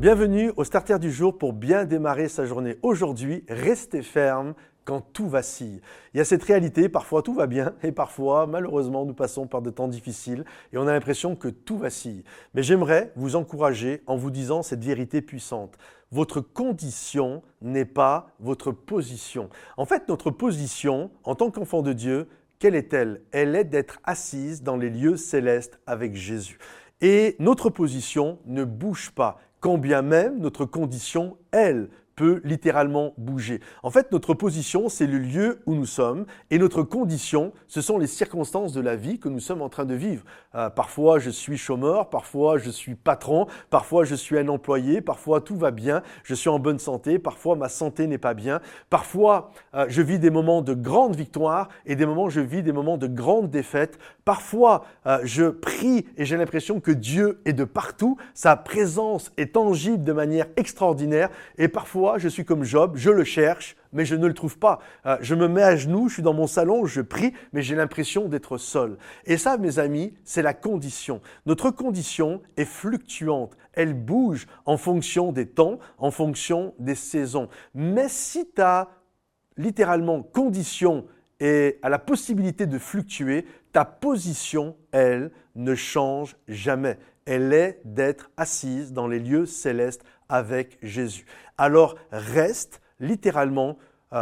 Bienvenue au Starter du jour pour bien démarrer sa journée. Aujourd'hui, restez ferme quand tout vacille. Il y a cette réalité, parfois tout va bien et parfois, malheureusement, nous passons par des temps difficiles et on a l'impression que tout vacille. Mais j'aimerais vous encourager en vous disant cette vérité puissante. Votre condition n'est pas votre position. En fait, notre position en tant qu'enfant de Dieu, quelle est-elle? Elle est d'être assise dans les lieux célestes avec Jésus. Et notre position ne bouge pas, quand bien même notre condition, elle, peut littéralement bouger. En fait, notre position, c'est le lieu où nous sommes et notre condition, ce sont les circonstances de la vie que nous sommes en train de vivre. Parfois, je suis chômeur, parfois, je suis patron, parfois, je suis un employé, parfois, tout va bien, je suis en bonne santé, parfois, ma santé n'est pas bien, parfois, je vis des moments de grande victoire et des moments, je vis des moments de grande défaite. Parfois, je prie et j'ai l'impression que Dieu est de partout, sa présence est tangible de manière extraordinaire et parfois, je suis comme Job, je le cherche, mais je ne le trouve pas. Je me mets à genoux, je suis dans mon salon, je prie, mais j'ai l'impression d'être seul. Et ça, mes amis, c'est la condition. Notre condition est fluctuante. Elle bouge en fonction des temps, en fonction des saisons. Mais si ta, littéralement, condition et a la possibilité de fluctuer, ta position, elle, ne change jamais. Elle est d'être assise dans les lieux célestes avec Jésus. Alors reste littéralement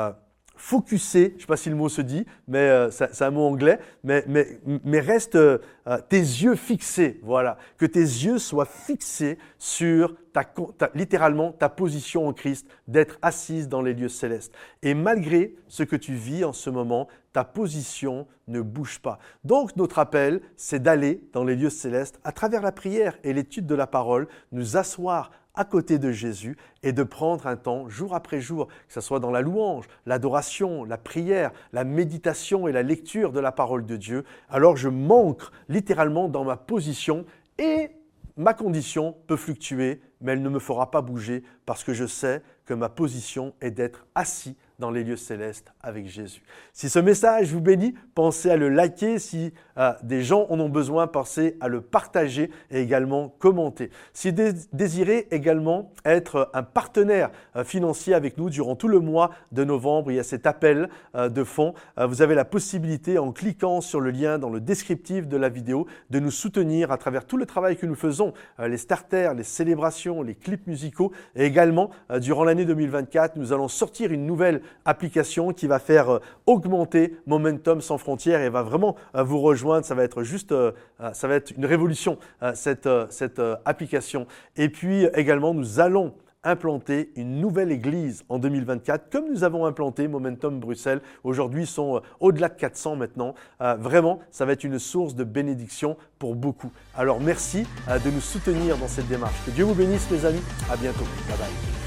focusé, je ne sais pas si le mot se dit, mais c'est un mot anglais, mais reste tes yeux fixés, voilà, que tes yeux soient fixés sur littéralement ta position en Christ, d'être assise dans les lieux célestes. Et malgré ce que tu vis en ce moment, ta position ne bouge pas. Donc notre appel, c'est d'aller dans les lieux célestes à travers la prière et l'étude de la parole, nous asseoir à côté de Jésus et de prendre un temps jour après jour, que ce soit dans la louange, l'adoration, la prière, la méditation et la lecture de la parole de Dieu. Alors je m'ancre littéralement dans ma position et ma condition peut fluctuer, mais elle ne me fera pas bouger parce que je sais que ma position est d'être assis dans les lieux célestes avec Jésus. Si ce message vous bénit, pensez à le liker. Si des gens en ont besoin, pensez à le partager et également commenter. Si désirez également être un partenaire financier avec nous durant tout le mois de novembre, il y a cet appel de fonds. Vous avez la possibilité, en cliquant sur le lien dans le descriptif de la vidéo, de nous soutenir à travers tout le travail que nous faisons, les starters, les célébrations, les clips musicaux et également durant l'année 2024, nous allons sortir une nouvelle application qui va faire augmenter Momentum sans frontières et va vraiment vous rejoindre. Ça va être juste, ça va être une révolution cette application. Et puis également, nous allons implanter une nouvelle église en 2024, comme nous avons implanté Momentum Bruxelles. Aujourd'hui, ils sont au-delà de 400 maintenant. Vraiment, ça va être une source de bénédiction pour beaucoup. Alors merci de nous soutenir dans cette démarche. Que Dieu vous bénisse, mes amis. À bientôt. Bye bye.